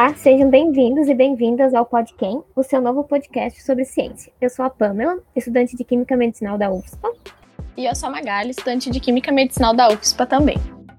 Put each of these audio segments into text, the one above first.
Olá, sejam bem-vindos e bem-vindas ao Podquem, o seu novo podcast sobre ciência. Eu sou a Pamela, estudante de Química Medicinal da UFSPA. E eu sou a Magali, estudante de Química Medicinal da UFSPA também.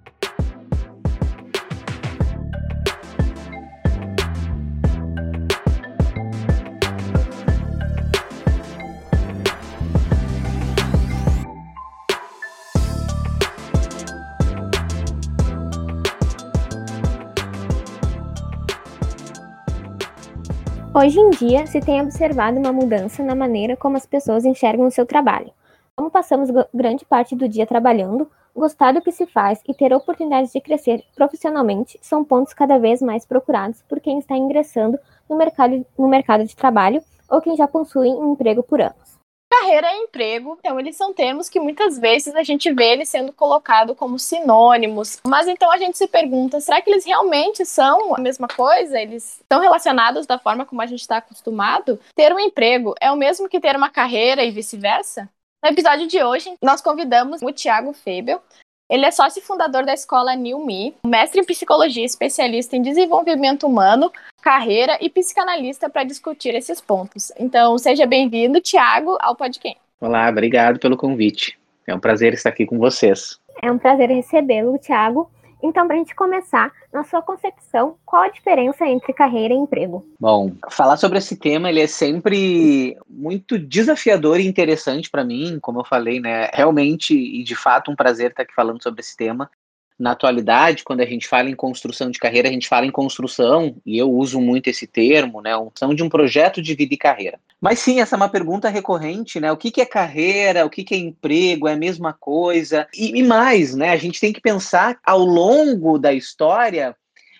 Hoje em dia, se tem observado uma mudança na maneira como as pessoas enxergam o seu trabalho. Como passamos grande parte do dia trabalhando, gostar do que se faz e ter oportunidades de crescer profissionalmente são pontos cada vez mais procurados por quem está ingressando no mercado de trabalho ou quem já possui um emprego por anos. Carreira e emprego, então eles são termos que muitas vezes a gente vê eles sendo colocados como sinônimos, mas então a gente se pergunta, será que eles realmente são a mesma coisa? Eles estão relacionados da forma como a gente está acostumado? Ter um emprego é o mesmo que ter uma carreira e vice-versa? No episódio de hoje, nós convidamos o Thiago Febel. Ele é sócio fundador da escola New Me, mestre em psicologia, especialista em desenvolvimento humano, carreira e psicanalista para discutir esses pontos. Então, seja bem-vindo, Thiago, ao Podquem. Olá, obrigado pelo convite. É um prazer estar aqui com vocês. É um prazer recebê-lo, Thiago. Então, para a gente começar, na sua concepção, qual a diferença entre carreira e emprego? Bom, falar sobre esse tema, ele é sempre muito desafiador e interessante para mim, como eu falei, né? Realmente e de fato um prazer estar aqui falando sobre esse tema. Na atualidade, quando a gente fala em construção de carreira, a gente fala em construção, e eu uso muito esse termo, né? Construção de um projeto de vida e carreira. Mas sim, essa é uma pergunta recorrente, né? O que é carreira? O que é emprego? É a mesma coisa? E mais, né? A gente tem que pensar ao longo da história,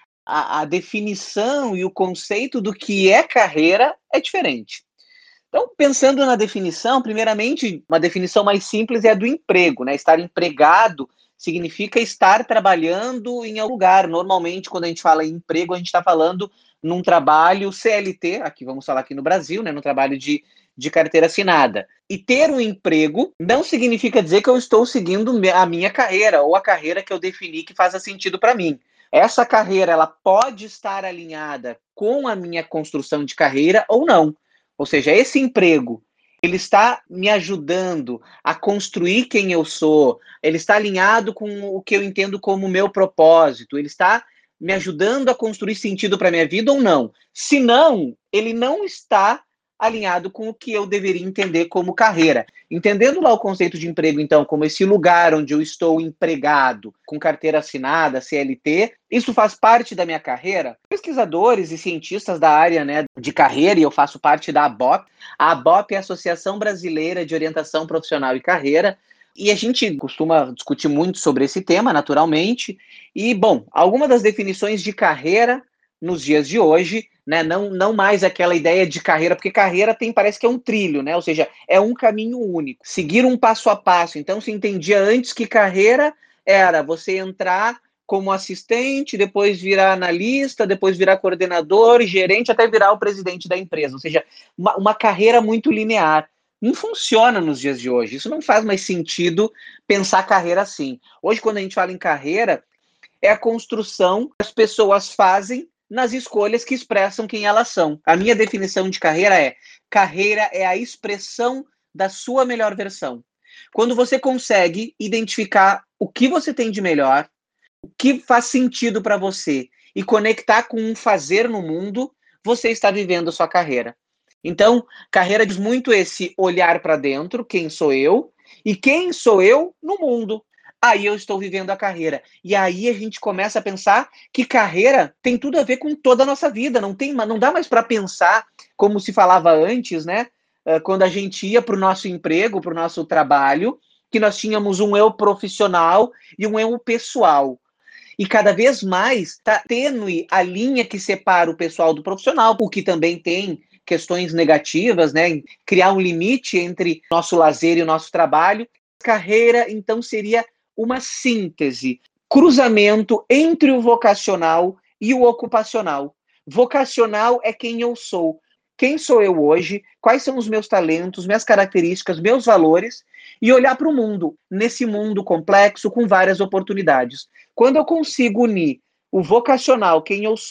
a definição e o conceito do que é carreira é diferente. Então, pensando na definição, primeiramente, uma definição mais simples é a do emprego, né? Estar empregado significa estar trabalhando em algum lugar. Normalmente, quando a gente fala em emprego, a gente está falando num trabalho CLT, aqui vamos falar aqui no Brasil, né? No trabalho de carteira assinada. E ter um emprego não significa dizer que eu estou seguindo a minha carreira ou a carreira que eu defini que faça sentido para mim. Essa carreira, ela pode estar alinhada com a minha construção de carreira ou não. Ou seja, esse emprego, ele está me ajudando a construir quem eu sou, ele está alinhado com o que eu entendo como meu propósito, ele está me ajudando a construir sentido para a minha vida ou não. Se não, ele não está alinhado com o que eu deveria entender como carreira. Entendendo lá o conceito de emprego, então, como esse lugar onde eu estou empregado, com carteira assinada, CLT, isso faz parte da minha carreira? Pesquisadores e cientistas da área, né, de carreira, e eu faço parte da ABOP. A ABOP é a Associação Brasileira de Orientação Profissional e Carreira, e a gente costuma discutir muito sobre esse tema, naturalmente. E, bom, algumas das definições de carreira nos dias de hoje, né, não mais aquela ideia de carreira, porque carreira parece que é um trilho, né? Ou seja, é um caminho único, seguir um passo a passo. Então, se entendia antes que carreira era você entrar como assistente, depois virar analista, depois virar coordenador, gerente, até virar o presidente da empresa. Ou seja, uma carreira muito linear. Não funciona nos dias de hoje. Isso não faz mais sentido pensar carreira assim. Hoje, quando a gente fala em carreira, é a construção que as pessoas fazem nas escolhas que expressam quem elas são. A minha definição de carreira é a expressão da sua melhor versão. Quando você consegue identificar o que você tem de melhor, o que faz sentido para você e conectar com um fazer no mundo, você está vivendo a sua carreira. Então, carreira diz muito esse olhar para dentro, quem sou eu, e quem sou eu no mundo. Aí eu estou vivendo a carreira. E aí a gente começa a pensar que carreira tem tudo a ver com toda a nossa vida. Não dá mais para pensar como se falava antes, né? Quando a gente ia para o nosso emprego, para o nosso trabalho, que nós tínhamos um eu profissional e um eu pessoal. E cada vez mais está tênue a linha que separa o pessoal do profissional, o que também tem questões negativas, né? Criar um limite entre nosso lazer e o nosso trabalho. Carreira, então, seria uma síntese, cruzamento entre o vocacional e o ocupacional. Vocacional é quem eu sou. Quem sou eu hoje? Quais são os meus talentos, minhas características, meus valores? E olhar para o mundo, nesse mundo complexo, com várias oportunidades. Quando eu consigo unir o vocacional, quem eu sou,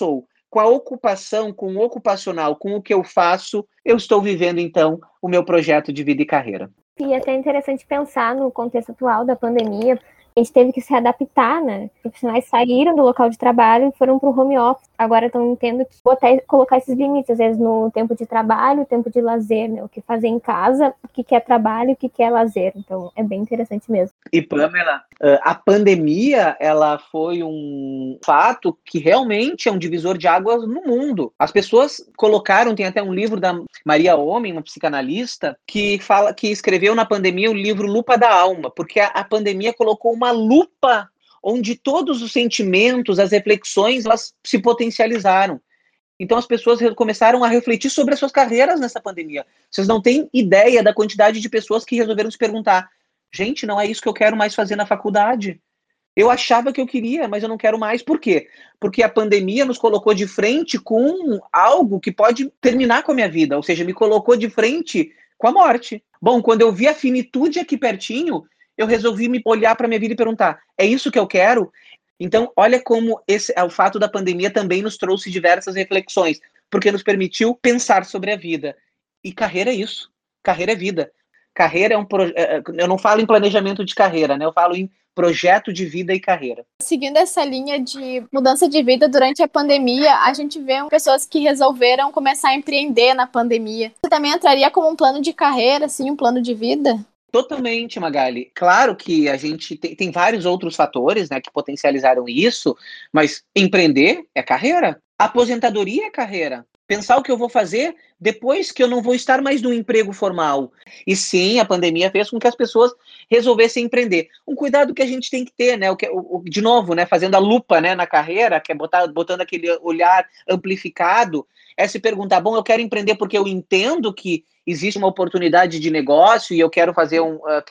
com a ocupação, com o ocupacional, com o que eu faço, eu estou vivendo, então, o meu projeto de vida e carreira. E é até interessante pensar no contexto atual da pandemia. A gente teve que se adaptar, né? Os profissionais saíram do local de trabalho e foram para o home office. Agora estão tendo que até colocar esses limites, às vezes no tempo de trabalho, tempo de lazer, né? O que fazer em casa, o que é trabalho, o que é lazer. Então, é bem interessante mesmo. E, Pamela, a pandemia, ela foi um fato que realmente é um divisor de águas no mundo. As pessoas colocaram, tem até um livro da Maria Homem, uma psicanalista, que escreveu na pandemia o livro Lupa da Alma, porque a pandemia colocou uma lupa onde todos os sentimentos, as reflexões, elas se potencializaram. Então as pessoas começaram a refletir sobre as suas carreiras nessa pandemia. Vocês não têm ideia da quantidade de pessoas que resolveram se perguntar: gente, não é isso que eu quero mais fazer na faculdade. Eu achava que eu queria, mas eu não quero mais. Por quê? Porque a pandemia nos colocou de frente com algo que pode terminar com a minha vida, ou seja, me colocou de frente com a morte. Bom, quando eu vi a finitude aqui pertinho, eu resolvi me olhar para a minha vida e perguntar: é isso que eu quero? Então, olha como o fato da pandemia também nos trouxe diversas reflexões, porque nos permitiu pensar sobre a vida. E carreira é isso. Carreira é vida. Carreira é eu não falo em planejamento de carreira, né? Eu falo em projeto de vida e carreira. Seguindo essa linha de mudança de vida durante a pandemia, a gente vê pessoas que resolveram começar a empreender na pandemia. Você também entraria como um plano de carreira, assim, um plano de vida? Totalmente, Magali. Claro que a gente tem vários outros fatores, né, que potencializaram isso, mas empreender é carreira. Aposentadoria é carreira. Pensar o que eu vou fazer depois que eu não vou estar mais no emprego formal. E sim, a pandemia fez com que as pessoas resolvessem empreender. Um cuidado que a gente tem que ter, né? De novo, né? Fazendo a lupa, né, na carreira, que é botando aquele olhar amplificado, é se perguntar: bom, eu quero empreender porque eu entendo que existe uma oportunidade de negócio e eu quero fazer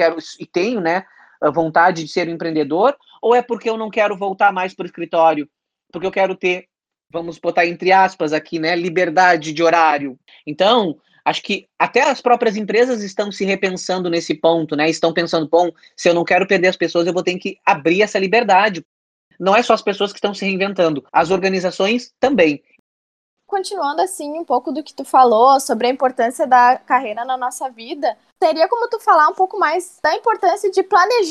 e tenho, né, a vontade de ser um empreendedor, ou é porque eu não quero voltar mais para o escritório, porque eu quero ter, vamos botar entre aspas aqui, né, liberdade de horário. Então, acho que até as próprias empresas estão se repensando nesse ponto, né? Estão pensando: bom, se eu não quero perder as pessoas, eu vou ter que abrir essa liberdade. Não é só as pessoas que estão se reinventando, as organizações também. Continuando assim um pouco do que tu falou sobre a importância da carreira na nossa vida, teria como tu falar um pouco mais da importância de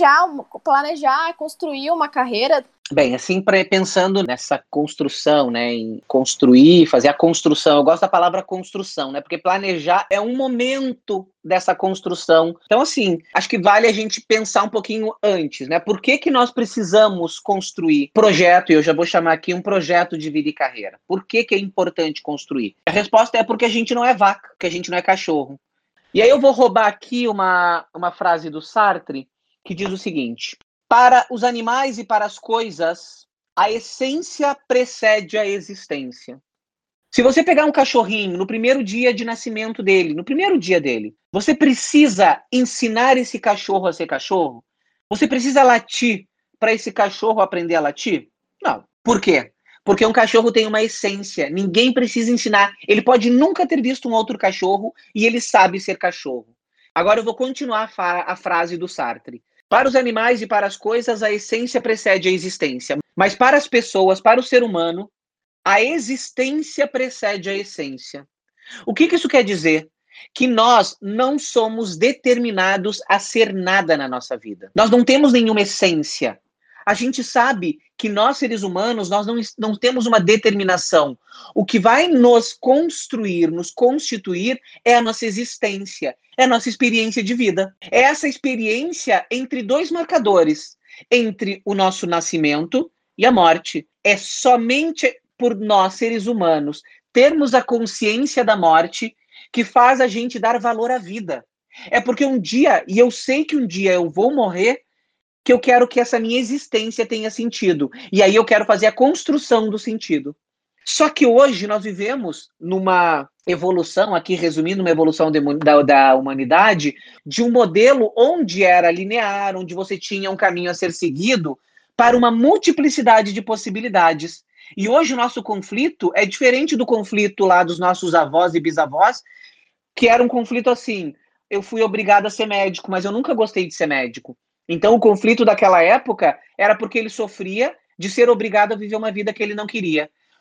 planejar, construir uma carreira? Bem, assim, pensando nessa construção, né, em construir, fazer a construção, eu gosto da palavra construção, né, porque planejar é um momento dessa construção. Então, assim, acho que vale a gente pensar um pouquinho antes, né, por que nós precisamos construir projeto, e eu já vou chamar aqui um projeto de vida e carreira. Por que é importante construir? A resposta é porque a gente não é vaca, que a gente não é cachorro. E aí eu vou roubar aqui uma frase do Sartre, que diz o seguinte: para os animais e para as coisas, a essência precede a existência. Se você pegar um cachorrinho no primeiro dia de nascimento dele, no primeiro dia dele, você precisa ensinar esse cachorro a ser cachorro? Você precisa latir para esse cachorro aprender a latir? Não. Por quê? Porque um cachorro tem uma essência. Ninguém precisa ensinar. Ele pode nunca ter visto um outro cachorro e ele sabe ser cachorro. Agora eu vou continuar a frase do Sartre. Para os animais e para as coisas, a essência precede a existência. Mas para as pessoas, para o ser humano, a existência precede a essência. O que isso quer dizer? Que nós não somos determinados a ser nada na nossa vida. Nós não temos nenhuma essência. A gente sabe que nós, seres humanos, nós não temos uma determinação. O que vai nos construir, nos constituir, é a nossa existência, é a nossa experiência de vida. É essa experiência entre dois marcadores, entre o nosso nascimento e a morte. É somente por nós, seres humanos, termos a consciência da morte que faz a gente dar valor à vida. É porque um dia, e eu sei que um dia eu vou morrer, que eu quero que essa minha existência tenha sentido. E aí eu quero fazer a construção do sentido. Só que hoje nós vivemos numa evolução, aqui resumindo, uma evolução da humanidade, de um modelo onde era linear, onde você tinha um caminho a ser seguido para uma multiplicidade de possibilidades. E hoje o nosso conflito é diferente do conflito lá dos nossos avós e bisavós, que era um conflito assim: eu fui obrigado a ser médico, mas eu nunca gostei de ser médico. Então o conflito daquela época era porque ele sofria de ser obrigado a viver uma vida que ele não queria.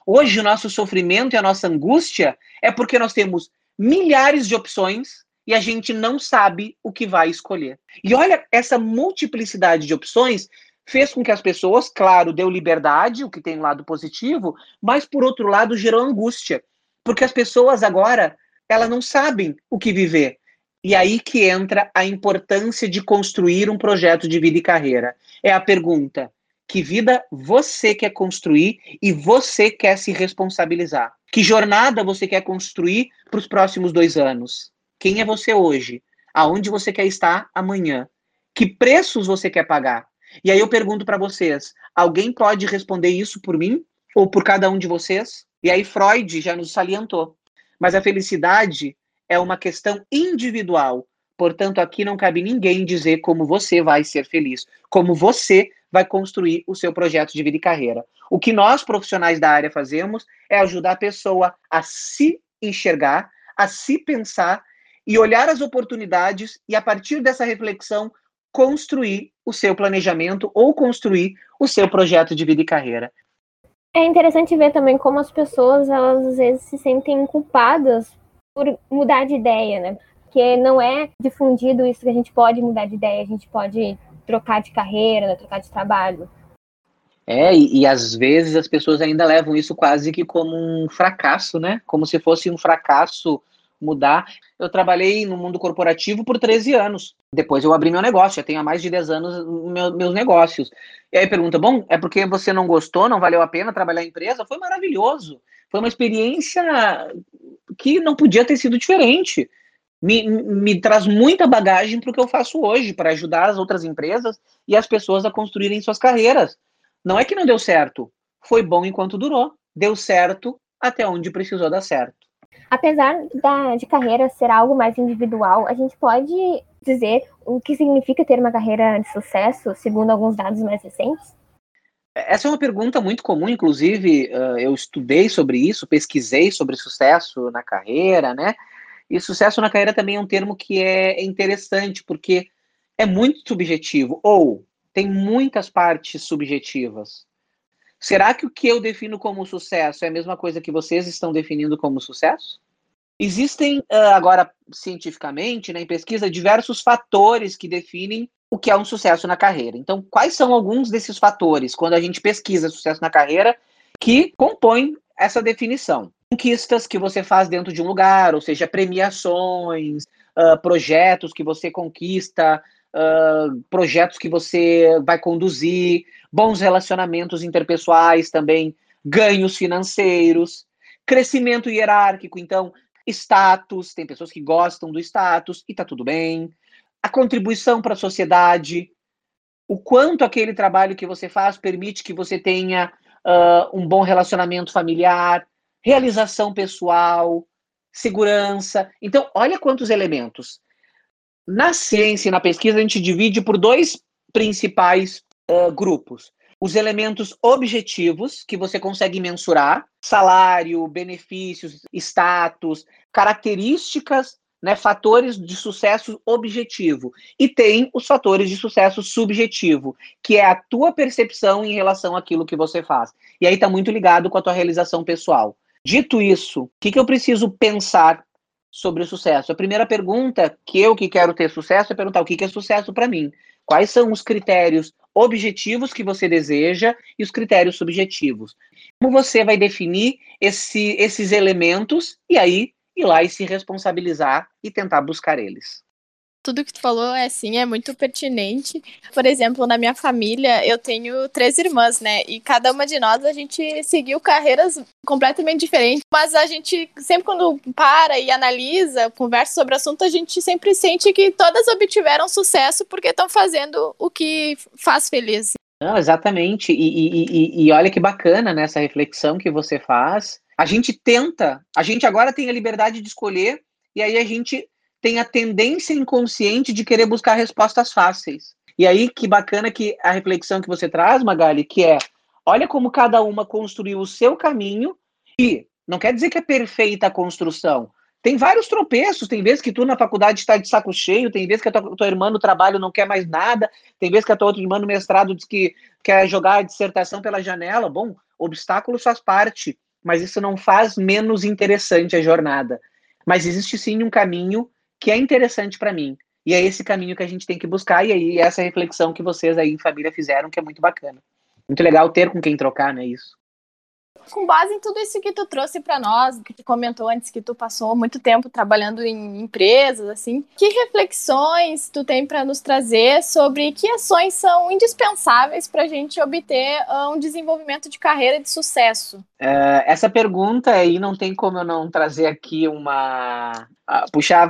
Hoje o nosso sofrimento e a nossa angústia é porque nós temos milhares de opções e a gente não sabe o que vai escolher. E olha, essa multiplicidade de opções fez com que as pessoas, claro, deu liberdade, o que tem um lado positivo, mas por outro lado gerou angústia, porque as pessoas agora, elas não sabem o que viver. E aí que entra a importância de construir um projeto de vida e carreira. É a pergunta: que vida você quer construir e você quer se responsabilizar? Que jornada você quer construir para os próximos 2 anos? Quem é você hoje? Aonde você quer estar amanhã? Que preços você quer pagar? E aí eu pergunto para vocês, alguém pode responder isso por mim ou por cada um de vocês? E aí Freud já nos salientou. Mas a felicidade é uma questão individual. Portanto, aqui não cabe ninguém dizer como você vai ser feliz, como você vai construir o seu projeto de vida e carreira. O que nós, profissionais da área, fazemos é ajudar a pessoa a se enxergar, a se pensar e olhar as oportunidades e, a partir dessa reflexão, construir o seu planejamento ou construir o seu projeto de vida e carreira. É interessante ver também como as pessoas, elas às vezes se sentem culpadas por mudar de ideia, né? Porque não é difundido isso que a gente pode mudar de ideia, a gente pode trocar de carreira, né? Trocar de trabalho. E às vezes as pessoas ainda levam isso quase que como um fracasso, né? Como se fosse um fracasso mudar. Eu trabalhei no mundo corporativo por 13 anos. Depois eu abri meu negócio, já tenho há mais de 10 anos meus negócios. E aí pergunta, bom, é porque você não gostou, não valeu a pena trabalhar em empresa? Foi maravilhoso. Foi uma experiência que não podia ter sido diferente. Me traz muita bagagem para o que eu faço hoje, para ajudar as outras empresas e as pessoas a construírem suas carreiras. Não é que não deu certo, foi bom enquanto durou. Deu certo até onde precisou dar certo. Apesar de carreira ser algo mais individual, a gente pode dizer o que significa ter uma carreira de sucesso, segundo alguns dados mais recentes? Essa é uma pergunta muito comum, inclusive eu estudei sobre isso, pesquisei sobre sucesso na carreira, né? E sucesso na carreira também é um termo que é interessante, porque é muito subjetivo, ou tem muitas partes subjetivas. Será que o que eu defino como sucesso é a mesma coisa que vocês estão definindo como sucesso? Existem, agora, cientificamente, né, em pesquisa, diversos fatores que definem o que é um sucesso na carreira. Então, quais são alguns desses fatores, quando a gente pesquisa sucesso na carreira, que compõem essa definição? Conquistas que você faz dentro de um lugar, ou seja, premiações, projetos que você conquista, projetos que você vai conduzir, bons relacionamentos interpessoais também, ganhos financeiros, crescimento hierárquico, então, status, tem pessoas que gostam do status e tá tudo bem, a contribuição para a sociedade, o quanto aquele trabalho que você faz permite que você tenha um bom relacionamento familiar, realização pessoal, segurança. Então, olha quantos elementos. Na ciência e na pesquisa, a gente divide por 2 principais grupos. Os elementos objetivos, que você consegue mensurar, salário, benefícios, status, características, né, fatores de sucesso objetivo. E tem os fatores de sucesso subjetivo, que é a tua percepção em relação àquilo que você faz. E aí está muito ligado com a tua realização pessoal. Dito isso, o que eu preciso pensar sobre o sucesso? A primeira pergunta que eu que quero ter sucesso é perguntar o que é sucesso para mim. Quais são os critérios objetivos que você deseja e os critérios subjetivos? Como você vai definir esses elementos e aí ir lá e se responsabilizar e tentar buscar eles? Tudo que tu falou é muito pertinente. Por exemplo, na minha família, eu tenho 3 irmãs, né? E cada uma de nós, a gente seguiu carreiras completamente diferentes. Mas a gente, sempre quando para e analisa, conversa sobre o assunto, a gente sempre sente que todas obtiveram sucesso porque estão fazendo o que faz feliz. Não, exatamente. E olha que bacana nessa reflexão que você faz. A gente agora tem a liberdade de escolher, e aí a gente tem a tendência inconsciente de querer buscar respostas fáceis. E aí que bacana que a reflexão que você traz, Magali, que é, olha como cada uma construiu o seu caminho, e não quer dizer que é perfeita a construção. Tem vários tropeços, tem vezes que tu na faculdade está de saco cheio, tem vezes que a tua irmã no trabalho não quer mais nada, tem vezes que a tua outra irmã no mestrado diz que quer jogar a dissertação pela janela. Bom, obstáculos faz parte. mas isso não faz menos interessante a jornada. Mas existe sim um caminho que é interessante para mim. E é esse caminho que a gente tem que buscar, e aí essa reflexão que vocês aí em família fizeram, que é muito bacana. Muito legal ter com quem trocar, né, isso. Com base em tudo isso que tu trouxe para nós, que tu comentou antes que tu passou muito tempo trabalhando em empresas, assim, que reflexões tu tem para nos trazer sobre que ações são indispensáveis para a gente obter um desenvolvimento de carreira de sucesso? Essa pergunta aí não tem como eu não trazer aqui puxar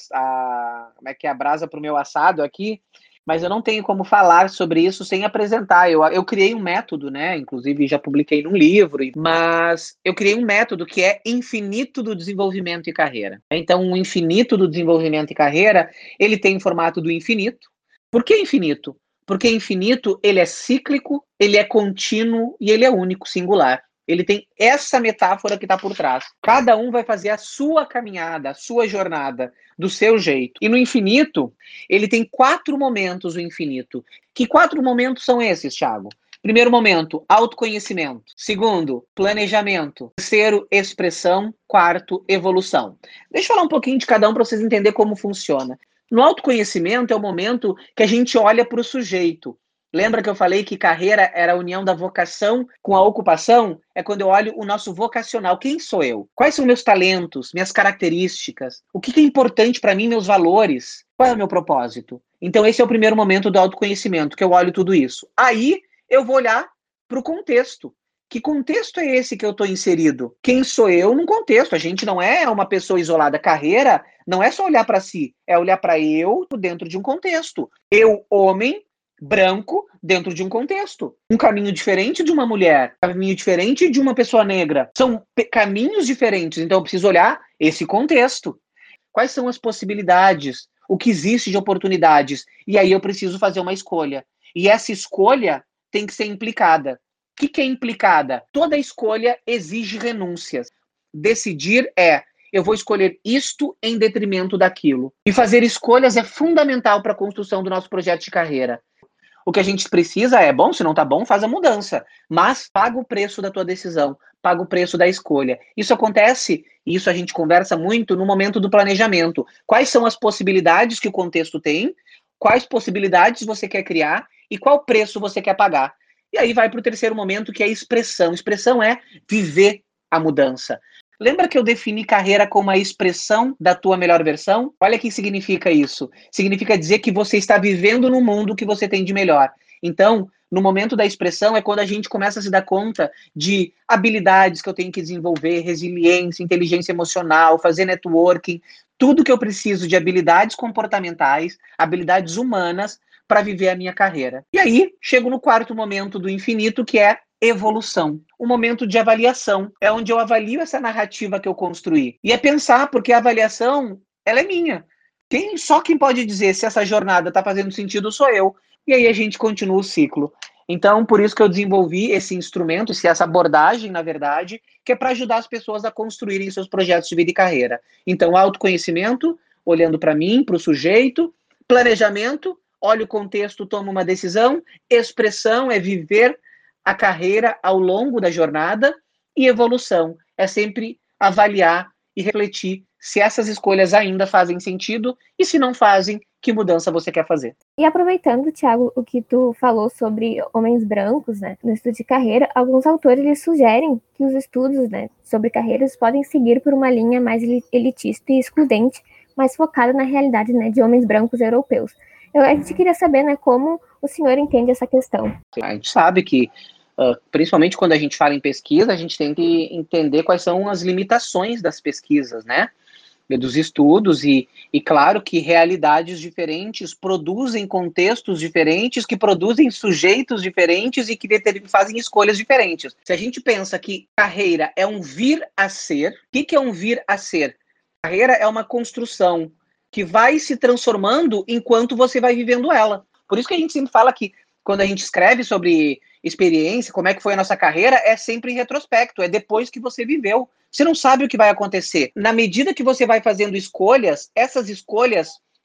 como é que é, a brasa para o meu assado aqui, mas eu não tenho como falar sobre isso sem apresentar. Eu criei um método, né? Inclusive já publiquei num livro, mas eu criei um método que é infinito do desenvolvimento e carreira. Então, o infinito do desenvolvimento e carreira, ele tem o formato do infinito. Por que infinito? Porque infinito, ele é cíclico, ele é contínuo e ele é único, singular. Ele tem essa metáfora que está por trás. Cada um vai fazer a sua caminhada, a sua jornada, do seu jeito. E no infinito, ele tem 4 momentos, o infinito. Que 4 momentos são esses, Thiago? Primeiro momento, autoconhecimento. Segundo, planejamento. Terceiro, expressão. Quarto, evolução. Deixa eu falar um pouquinho de cada um para vocês entenderem como funciona. No autoconhecimento é o momento que a gente olha para o sujeito. Lembra que eu falei que carreira era a união da vocação com a ocupação? É quando eu olho o nosso vocacional. Quem sou eu? Quais são meus talentos, minhas características? O que é importante para mim, meus valores? Qual é o meu propósito? Então esse é o primeiro momento do autoconhecimento, que eu olho tudo isso. Aí eu vou olhar para o contexto. Que contexto é esse que eu estou inserido? Quem sou eu num contexto? A gente não é uma pessoa isolada. Carreira não é só olhar para si, é olhar para eu dentro de um contexto. Eu, homem, branco, dentro de um contexto. Um caminho diferente de uma mulher, um caminho diferente de uma pessoa negra. São caminhos diferentes, então eu preciso olhar esse contexto. Quais são as possibilidades? O que existe de oportunidades? E aí eu preciso fazer uma escolha. E essa escolha tem que ser implicada. O que é implicada? Toda escolha exige renúncias. Decidir eu vou escolher isto em detrimento daquilo. E fazer escolhas é fundamental para a construção do nosso projeto de carreira. O que a gente precisa bom, se não tá bom, faz a mudança. Mas paga o preço da tua decisão, paga o preço da escolha. Isso acontece, e isso a gente conversa muito no momento do planejamento. Quais são as possibilidades que o contexto tem, quais possibilidades você quer criar e qual preço você quer pagar. E aí vai para o terceiro momento, que é a expressão. Expressão é viver a mudança. Lembra que eu defini carreira como a expressão da tua melhor versão? Olha o que significa isso. Significa dizer que você está vivendo no mundo que você tem de melhor. Então, no momento da expressão é quando a gente começa a se dar conta de habilidades que eu tenho que desenvolver, resiliência, inteligência emocional, fazer networking, tudo que eu preciso de habilidades comportamentais, habilidades humanas para viver a minha carreira. E aí, chego no quarto momento do infinito, que é evolução. Um momento de avaliação. É onde eu avalio essa narrativa que eu construí. E é pensar, porque a avaliação, ela é minha. Só quem pode dizer se essa jornada está fazendo sentido sou eu. E aí a gente continua o ciclo. Então, por isso que eu desenvolvi esse instrumento, essa abordagem, na verdade, que é para ajudar as pessoas a construírem seus projetos de vida e carreira. Então, autoconhecimento, olhando para mim, para o sujeito, planejamento, olha o contexto, toma uma decisão, expressão é viver a carreira ao longo da jornada, e evolução é sempre avaliar e refletir se essas escolhas ainda fazem sentido e se não fazem, que mudança você quer fazer. E aproveitando, Thiago, o que tu falou sobre homens brancos, né, no estudo de carreira, alguns autores eles sugerem que os estudos, né, sobre carreiras podem seguir por uma linha mais elitista e excludente, mais focada na realidade, né, de homens brancos europeus. A gente queria saber, né, como o senhor entende essa questão. A gente sabe que, principalmente quando a gente fala em pesquisa, a gente tem que entender quais são as limitações das pesquisas, né? Dos estudos, e claro que realidades diferentes produzem contextos diferentes, que produzem sujeitos diferentes e que fazem escolhas diferentes. Se a gente pensa que carreira é um vir a ser, o que é um vir a ser? Carreira é uma construção que vai se transformando enquanto você vai vivendo ela. Por isso que a gente sempre fala que quando a gente escreve sobre experiência, como é que foi a nossa carreira, é sempre em retrospecto, é depois que você viveu. Você não sabe o que vai acontecer. Na medida que você vai fazendo escolhas, essas escolhas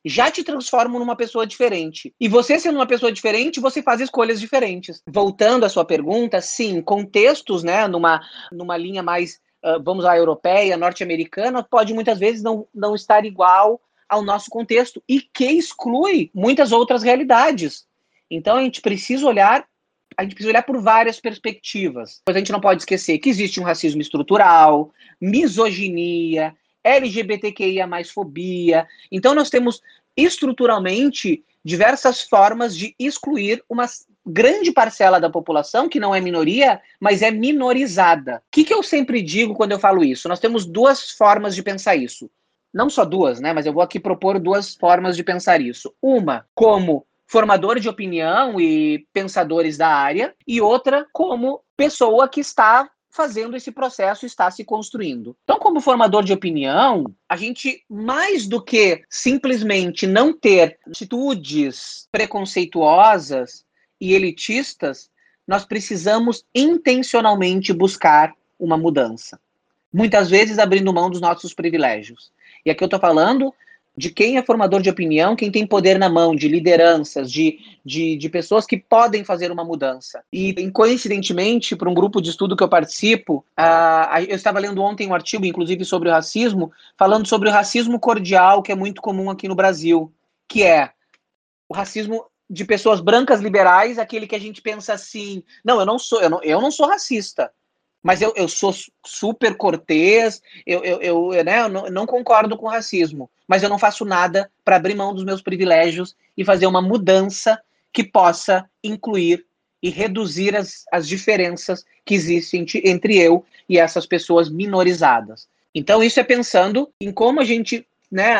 já te transformam numa pessoa diferente. E você sendo uma pessoa diferente, você faz escolhas diferentes. Voltando à sua pergunta, sim, contextos, né, numa linha mais, vamos lá, europeia, norte-americana, pode muitas vezes não estar igual ao nosso contexto e que exclui muitas outras realidades. Então a gente precisa olhar por várias perspectivas. Mas a gente não pode esquecer que existe um racismo estrutural, misoginia, LGBTQIA+, fobia. Então nós temos estruturalmente diversas formas de excluir uma grande parcela da população, que não é minoria, mas é minorizada. O que eu sempre digo quando eu falo isso? Nós temos duas formas de pensar isso. Não só duas, né? Mas eu vou aqui propor duas formas de pensar isso. Uma, como formador de opinião e pensadores da área, e outra como pessoa que está fazendo esse processo, está se construindo. Então, como formador de opinião, a gente, mais do que simplesmente não ter atitudes preconceituosas e elitistas, nós precisamos intencionalmente buscar uma mudança. Muitas vezes abrindo mão dos nossos privilégios. E aqui eu estou falando de quem é formador de opinião, quem tem poder na mão, de lideranças, de pessoas que podem fazer uma mudança. E, coincidentemente, para um grupo de estudo que eu participo, eu estava lendo ontem um artigo, inclusive, sobre o racismo, falando sobre o racismo cordial, que é muito comum aqui no Brasil, que é o racismo de pessoas brancas liberais, aquele que a gente pensa assim, não, eu não sou racista, mas eu sou super cortês, eu não concordo com o racismo, mas eu não faço nada para abrir mão dos meus privilégios e fazer uma mudança que possa incluir e reduzir as diferenças que existem entre eu e essas pessoas minorizadas. Então, isso é pensando em como a gente, né,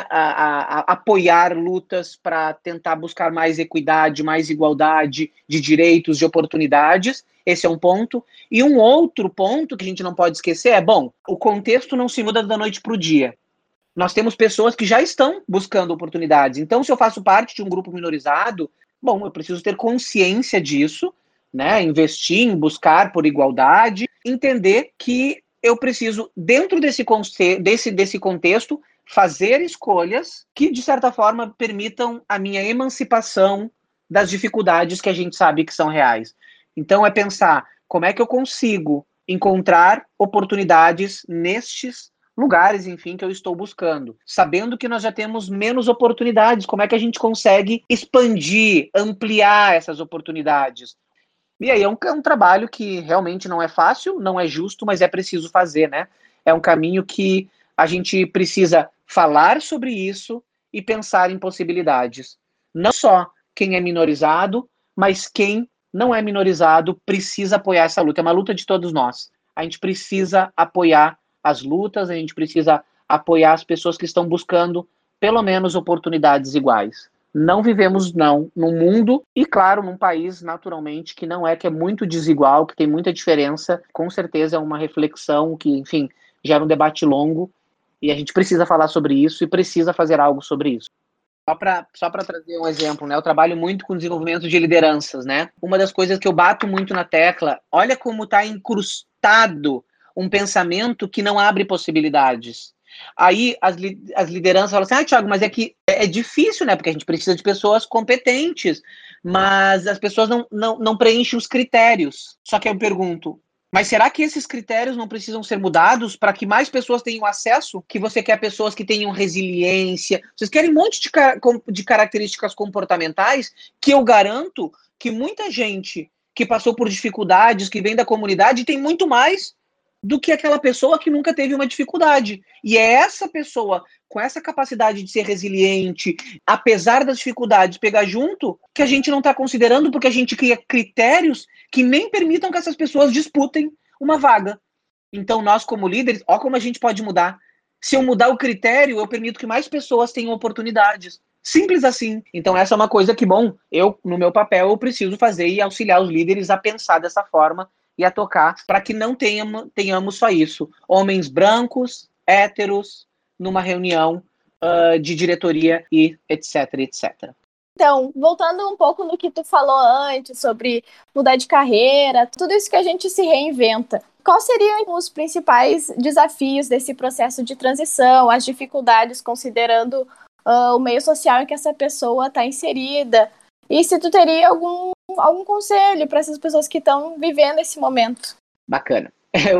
apoiar lutas para tentar buscar mais equidade, mais igualdade de direitos, de oportunidades. Esse é um ponto. E um outro ponto que a gente não pode esquecer é, bom, o contexto não se muda da noite para o dia. Nós temos pessoas que já estão buscando oportunidades. Então, se eu faço parte de um grupo minorizado, bom, eu preciso ter consciência disso, né? Investir em buscar por igualdade, entender que eu preciso, dentro desse contexto, fazer escolhas que, de certa forma, permitam a minha emancipação das dificuldades que a gente sabe que são reais. Então, é pensar como é que eu consigo encontrar oportunidades nestes lugares, enfim, que eu estou buscando. Sabendo que nós já temos menos oportunidades, como é que a gente consegue expandir, ampliar essas oportunidades? E aí é um trabalho que realmente não é fácil, não é justo, mas é preciso fazer, né? É um caminho que a gente precisa falar sobre isso e pensar em possibilidades. Não só quem é minorizado, mas quem não é minorizado precisa apoiar essa luta. É uma luta de todos nós. A gente precisa apoiar as lutas, a gente precisa apoiar as pessoas que estão buscando pelo menos oportunidades iguais. Não vivemos, num mundo e, claro, num país, naturalmente, que não é, que é muito desigual, que tem muita diferença. Com certeza é uma reflexão que, enfim, gera um debate longo e a gente precisa falar sobre isso e precisa fazer algo sobre isso. Só para trazer um exemplo, né? Eu trabalho muito com desenvolvimento de lideranças, né? Uma das coisas que eu bato muito na tecla, olha como está incrustado um pensamento que não abre possibilidades. Aí as lideranças falam assim, Thiago, mas é que é difícil, né? Porque a gente precisa de pessoas competentes, mas as pessoas não preenchem os critérios. Só que eu pergunto, mas será que esses critérios não precisam ser mudados para que mais pessoas tenham acesso? Que você quer pessoas que tenham resiliência, vocês querem um monte de características comportamentais que eu garanto que muita gente que passou por dificuldades, que vem da comunidade, tem muito mais do que aquela pessoa que nunca teve uma dificuldade. E é essa pessoa, com essa capacidade de ser resiliente, apesar das dificuldades, pegar junto, que a gente não está considerando, porque a gente cria critérios que nem permitam que essas pessoas disputem uma vaga. Então, nós, como líderes, ó como a gente pode mudar. Se eu mudar o critério, eu permito que mais pessoas tenham oportunidades. Simples assim. Então, essa é uma coisa que, bom, eu, no meu papel, eu preciso fazer e auxiliar os líderes a pensar dessa forma e a tocar, para que não tenhamos só isso. Homens brancos, héteros, numa reunião de diretoria e etc, etc. Então, voltando um pouco no que tu falou antes, sobre mudar de carreira, tudo isso que a gente se reinventa. Quais seriam os principais desafios desse processo de transição, as dificuldades, considerando o meio social em que essa pessoa está inserida. E se tu teria algum conselho para essas pessoas que estão vivendo esse momento? Bacana.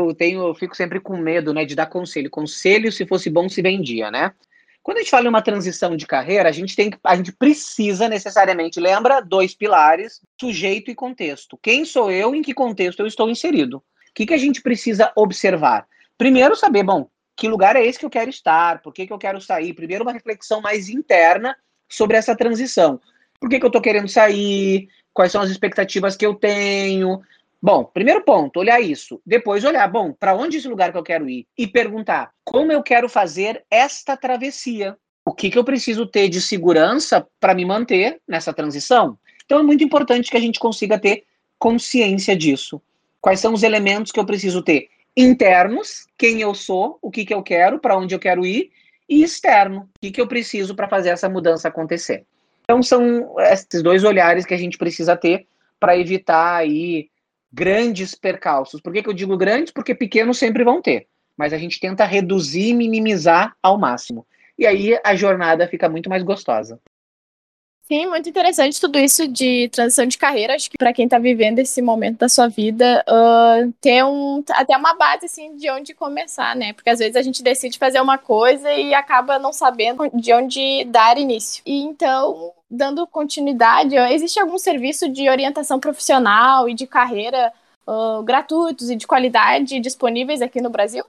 Eu fico sempre com medo, né, de dar conselho. Conselho, se fosse bom, se vendia, né? Quando a gente fala em uma transição de carreira, a gente precisa necessariamente, lembra, 2 pilares, sujeito e contexto. Quem sou eu, em que contexto eu estou inserido? O que a gente precisa observar? Primeiro, saber, bom, que lugar é esse que eu quero estar? Por que eu quero sair? Primeiro, uma reflexão mais interna sobre essa transição. Por que eu estou querendo sair? Quais são as expectativas que eu tenho? Bom, primeiro ponto, olhar isso. Depois olhar, bom, para onde é esse lugar que eu quero ir? E perguntar, como eu quero fazer esta travessia? O que eu preciso ter de segurança para me manter nessa transição? Então é muito importante que a gente consiga ter consciência disso. Quais são os elementos que eu preciso ter? Internos, quem eu sou, o que eu quero, para onde eu quero ir, e externo, o que eu preciso para fazer essa mudança acontecer. Então são esses 2 olhares que a gente precisa ter para evitar aí grandes percalços. Por que eu digo grandes? Porque pequenos sempre vão ter, mas a gente tenta reduzir e minimizar ao máximo. E aí a jornada fica muito mais gostosa. Sim, muito interessante tudo isso de transição de carreira. Acho que para quem está vivendo esse momento da sua vida, ter até uma base assim, de onde começar, né? Porque às vezes a gente decide fazer uma coisa e acaba não sabendo de onde dar início. E então, dando continuidade, existe algum serviço de orientação profissional e de carreira gratuitos e de qualidade disponíveis aqui no Brasil?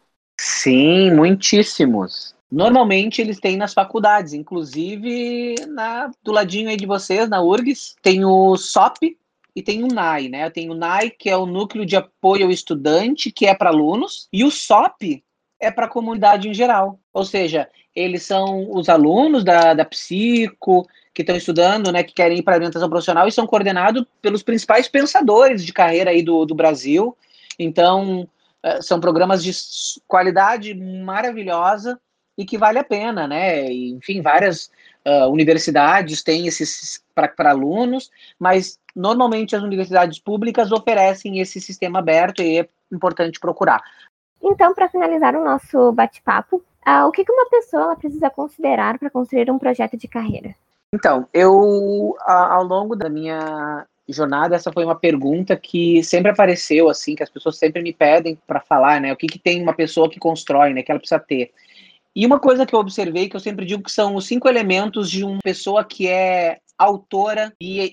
Sim, muitíssimos. Normalmente eles têm nas faculdades, inclusive do ladinho aí de vocês, na URGS, tem o SOP e tem o NAI, né? Tem o NAI, que é o Núcleo de Apoio ao Estudante, que é para alunos, e o SOP é para a comunidade em geral. Ou seja, eles são os alunos da psico, que estão estudando, né, que querem ir para a orientação profissional, e são coordenados pelos principais pensadores de carreira aí do Brasil. Então, são programas de qualidade maravilhosa e que vale a pena, né? E, enfim, várias universidades têm esses para alunos, mas normalmente as universidades públicas oferecem esse sistema aberto e é importante procurar. Então, para finalizar o nosso bate-papo, o que uma pessoa ela precisa considerar para construir um projeto de carreira? Então, eu, ao longo da minha jornada, essa foi uma pergunta que sempre apareceu, assim, que as pessoas sempre me pedem para falar, né? O que tem uma pessoa que constrói, né? Que ela precisa ter. E uma coisa que eu observei, que eu sempre digo que são os 5 elementos de uma pessoa que é autora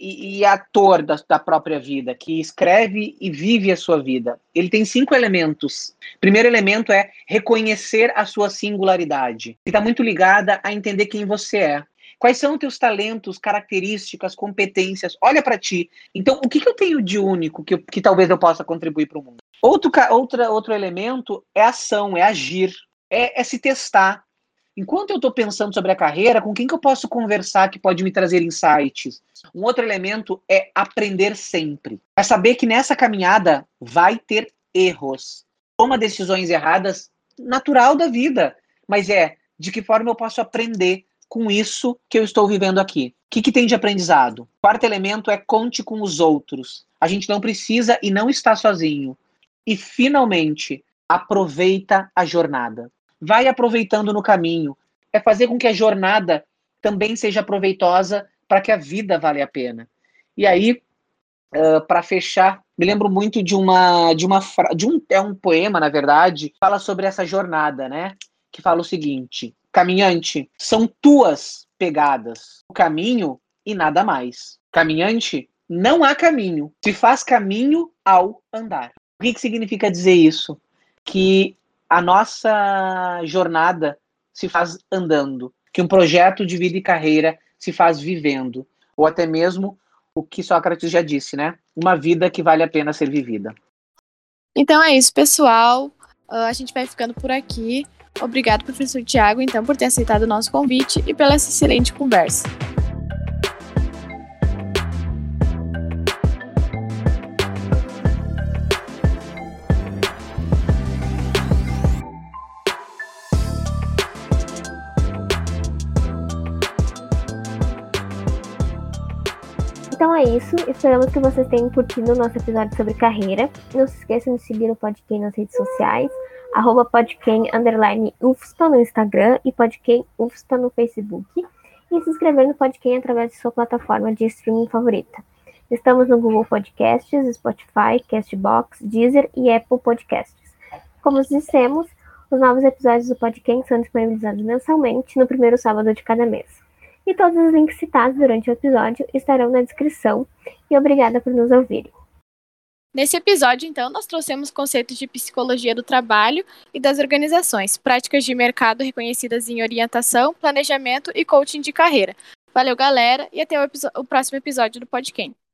e ator da própria vida, que escreve e vive a sua vida. Ele tem 5 elementos. Primeiro elemento é reconhecer a sua singularidade, que está muito ligada a entender quem você é. Quais são os teus talentos, características, competências? Olha para ti. Então, o que eu tenho de único que talvez eu possa contribuir para o mundo? Outro elemento é ação, é agir, é se testar. Enquanto eu estou pensando sobre a carreira, com quem que eu posso conversar que pode me trazer insights? Um outro elemento é aprender sempre. É saber que nessa caminhada vai ter erros. Toma decisões erradas, natural da vida. Mas de que forma eu posso aprender com isso que eu estou vivendo aqui? O que tem de aprendizado? Quarto elemento é conte com os outros. A gente não precisa e não está sozinho. E, finalmente, aproveita a jornada. Vai aproveitando no caminho. É fazer com que a jornada também seja proveitosa para que a vida vale a pena. E aí, para fechar, me lembro muito de um poema, na verdade, que fala sobre essa jornada, né? Que fala o seguinte: caminhante, são tuas pegadas o caminho e nada mais. Caminhante, não há caminho, se faz caminho ao andar. O que significa dizer isso? Que a nossa jornada se faz andando, que um projeto de vida e carreira se faz vivendo, ou até mesmo o que Sócrates já disse, né? Uma vida que vale a pena ser vivida. Então é isso, pessoal. A gente vai ficando por aqui. Obrigado, professor Tiago, então, por ter aceitado o nosso convite e pela essa excelente conversa. Então é isso, esperamos que vocês tenham curtido o nosso episódio sobre carreira. Não se esqueçam de seguir o Podquem nas redes sociais, @podquem_UFSPA no Instagram e Podquem UFSPA no Facebook. e se inscrever no Podquem através de sua plataforma de streaming favorita. Estamos no Google Podcasts, Spotify, Castbox, Deezer e Apple Podcasts. Como dissemos, os novos episódios do Podquem são disponibilizados mensalmente no primeiro sábado de cada mês. E todos os links citados durante o episódio estarão na descrição. E obrigada por nos ouvirem. Nesse episódio, então, nós trouxemos conceitos de psicologia do trabalho e das organizações, práticas de mercado reconhecidas em orientação, planejamento e coaching de carreira. Valeu, galera, e até o próximo episódio do Podquem.